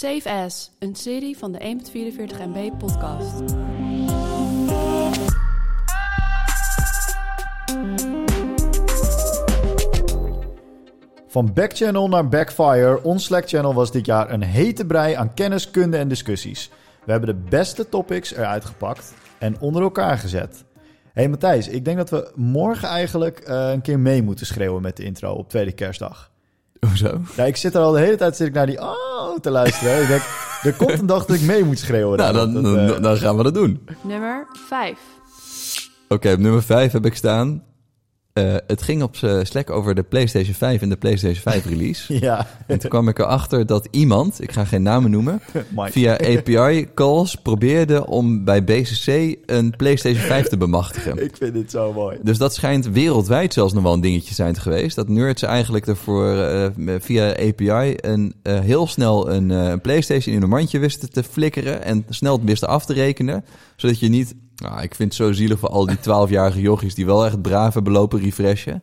Safe As, een serie van de 1.44 MB podcast. Van Backchannel naar Backfire, ons Slack-channel was dit jaar een hete brei aan kennis, kunde en discussies. We hebben de beste topics eruit gepakt en onder elkaar gezet. Hey Matthijs, ik denk dat we morgen eigenlijk een keer mee moeten schreeuwen met de intro op tweede kerstdag. Hoezo? Ja, ik zit er al de hele tijd naar die te luisteren. Ik denk, er komt een dag dat ik mee moet schreeuwen. Nou, dan gaan we dat doen. Nummer 5. Oké, op nummer 5 heb ik staan. Het ging op Slack over de PlayStation 5 en de PlayStation 5 release. Ja. En toen kwam ik erachter dat iemand, ik ga geen namen noemen, Mike. via API calls probeerde om bij BCC een PlayStation 5 te bemachtigen. Ik vind dit zo mooi. Dus dat schijnt wereldwijd zelfs nog wel een dingetje zijn geweest. Dat nerds eigenlijk ervoor via API heel snel een PlayStation in een mandje wisten te flikkeren en snel wisten af te rekenen. Zodat je niet... Nou, ik vind het zo zielig voor al die 12-jarige jochies die wel echt braaf hebben lopen refreshen.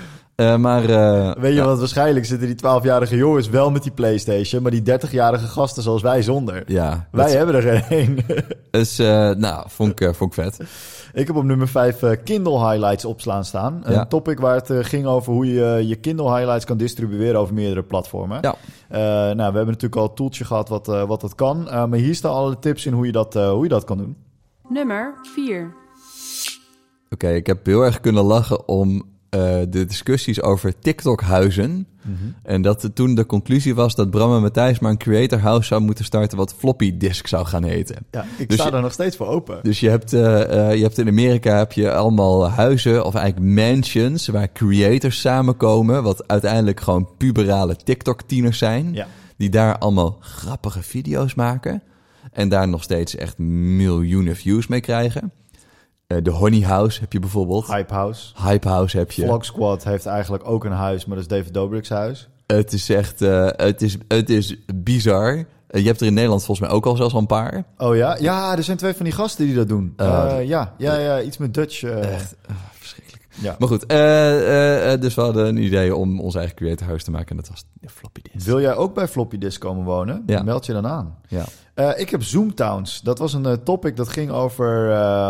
Weet je wat, waarschijnlijk zitten die 12-jarige jongens wel met die PlayStation, maar die 30-jarige gasten zoals wij zonder. Ja. Wij hebben er geen. Dus, vond ik vet. Ik heb op nummer 5 Kindle highlights opslaan staan. Ja. Een topic waar het ging over hoe je je Kindle highlights kan distribueren over meerdere platformen. Ja. We hebben natuurlijk al een tooltje gehad wat dat kan. Maar hier staan alle tips in hoe je dat kan doen. Nummer 4. Oké, ik heb heel erg kunnen lachen om de discussies over TikTok-huizen. Mm-hmm. En dat toen de conclusie was dat Bram en Matthijs maar een creator house zou moeten starten wat floppy disk zou gaan heten. Ja, ik sta er nog steeds voor open. Dus je hebt in Amerika allemaal huizen of eigenlijk mansions waar creators samenkomen, wat uiteindelijk gewoon puberale TikTok-tieners zijn. Ja. Die daar allemaal grappige video's maken. En daar nog steeds echt miljoenen views mee krijgen. De Honey House heb je bijvoorbeeld. Hype House heb je. Vlog Squad heeft eigenlijk ook een huis, maar dat is David Dobrik's huis. Het is echt... het is bizar. Je hebt er in Nederland volgens mij ook al zelfs al een paar. Oh ja? Ja, er zijn 2 van die gasten die dat doen. Ja, iets met Dutch. Echt verschrikkelijk. Ja. Maar goed, dus we hadden een idee om ons eigen creator huis te maken. En dat was Floppy Disk. Wil jij ook bij Floppy Disk komen wonen? Ja. Meld je dan aan. Ja. Ik heb Zoomtowns. Dat was een topic dat ging over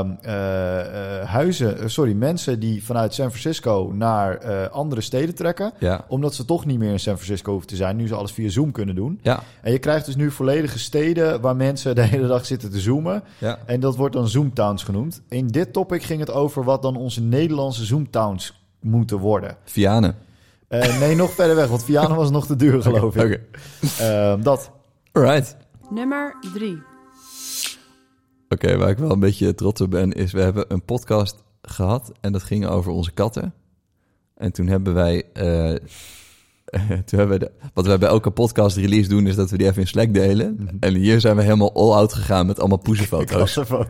mensen die vanuit San Francisco naar andere steden trekken. Ja. Omdat ze toch niet meer in San Francisco hoeven te zijn. Nu ze alles via Zoom kunnen doen. Ja. En je krijgt dus nu volledige steden waar mensen de hele dag zitten te zoomen. Ja. En dat wordt dan Zoomtowns genoemd. In dit topic ging het over wat dan onze Nederlandse Zoomtowns moeten worden. Vianen. Nee, nog verder weg, want Vianen was nog te duur, geloof ik. Okay. Dat. Alright. Nummer 3. Oké, waar ik wel een beetje trots op ben, is we hebben een podcast gehad en dat ging over onze katten. En toen hebben wij... wat wij bij elke podcast release doen, is dat we die even in Slack delen. Mm-hmm. En hier zijn we helemaal all-out gegaan met allemaal poezenfoto's.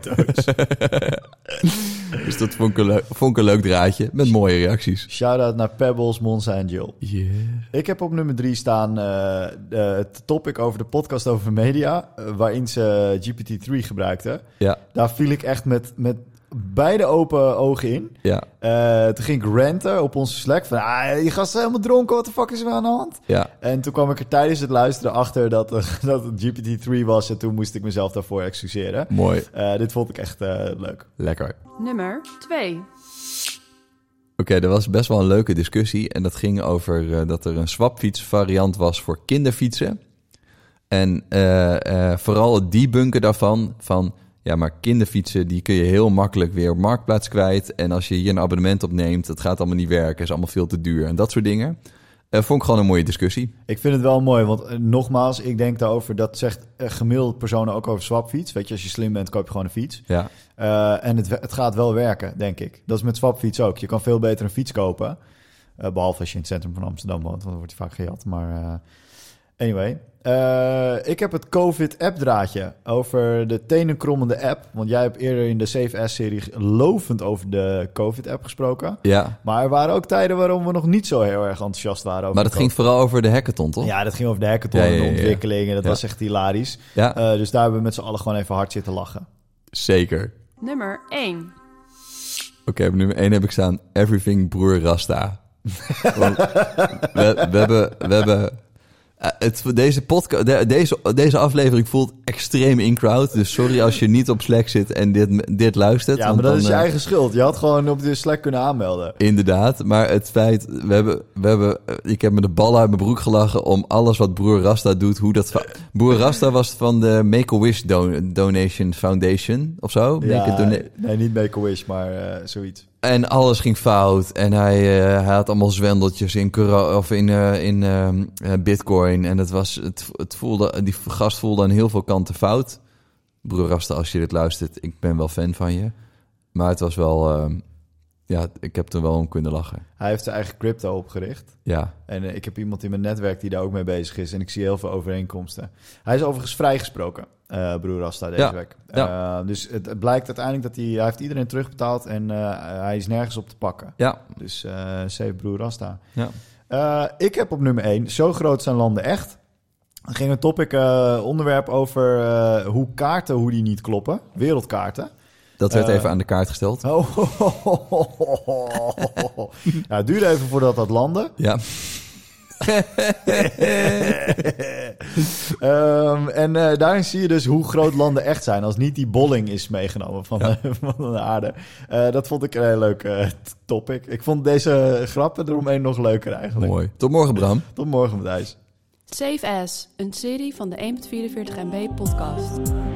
Dus dat vond ik een leuk draadje, met mooie reacties. Shout-out naar Pebbles, Monza en Jill. Yeah. Ik heb op nummer 3 staan het topic over de podcast over media, waarin ze GPT-3 gebruikten. Ja. Daar viel ik echt met beide open ogen in. Ja. Toen ging ik ranten op onze Slack van... die gast is helemaal dronken, wat de fuck is er aan de hand? Ja. En toen kwam ik er tijdens het luisteren achter dat het GPT-3 was... en toen moest ik mezelf daarvoor excuseren. Mooi. Dit vond ik echt leuk. Lekker. Nummer 2. Oké, er was best wel een leuke discussie... en dat ging over dat er een swapfiets variant was voor kinderfietsen. En vooral het debunken daarvan... van ja, maar kinderfietsen, die kun je heel makkelijk weer op Marktplaats kwijt. En als je hier een abonnement op neemt, dat gaat allemaal niet werken. Is allemaal veel te duur en dat soort dingen. Vond ik gewoon een mooie discussie. Ik vind het wel mooi, want nogmaals, ik denk daarover... dat zegt gemiddeld personen ook over swapfiets. Weet je, als je slim bent, koop je gewoon een fiets. Ja. En het gaat wel werken, denk ik. Dat is met swapfiets ook. Je kan veel beter een fiets kopen. Behalve als je in het centrum van Amsterdam woont, want dan wordt die vaak gejat. Maar anyway... ik heb het COVID-app-draadje over de tenenkrommende app. Want jij hebt eerder in de Safe As-serie lovend over de COVID-app gesproken. Ja. Maar er waren ook tijden waarom we nog niet zo heel erg enthousiast waren over. Maar dat ging vooral over de hackathon, toch? Ja, dat ging over de hackathon en de ontwikkeling. En dat was echt hilarisch. Ja. Dus daar hebben we met z'n allen gewoon even hard zitten lachen. Zeker. Nummer 1. Oké, op nummer 1 heb ik staan Everything Broer Rasta. Want we hebben Deze aflevering voelt extreem in-crowd. Dus sorry als je niet op Slack zit en dit luistert. Ja, maar dat is je eigen schuld. Je had gewoon op de Slack kunnen aanmelden. Inderdaad, maar het feit... ik heb me de bal uit mijn broek gelachen om alles wat broer Rasta doet. Broer Rasta was van de Make-A-Wish Donation Foundation of zo? Ja, nee, niet Make-A-Wish, maar zoiets. En alles ging fout. En hij had allemaal zwendeltjes in Bitcoin. En het voelde, die gast voelde aan heel veel kanten fout. Broer Rasta, als je dit luistert, ik ben wel fan van je. Maar het was wel... ik heb er wel om kunnen lachen. Hij heeft zijn eigen crypto opgericht. Ja. En ik heb iemand in mijn netwerk die daar ook mee bezig is. En ik zie heel veel overeenkomsten. Hij is overigens vrijgesproken, broer Rasta, deze week. Ja. Dus het blijkt uiteindelijk dat hij heeft iedereen terugbetaald. En hij is nergens op te pakken. Ja. Dus save broer Rasta. Ja. Ik heb op nummer 1, zo groot zijn landen echt. Er ging een onderwerp over hoe die niet kloppen. Wereldkaarten. Dat werd even aan de kaart gesteld. Ja, het duurde even voordat dat landde. Ja. Daarin zie je dus hoe groot landen echt zijn. Als niet die bolling is meegenomen van de aarde. Dat vond ik een heel leuk topic. Ik vond deze grappen eromheen nog leuker eigenlijk. Mooi. Tot morgen, Bram. Tot morgen, Matthijs. Save As, een serie van de 1.44 MB podcast.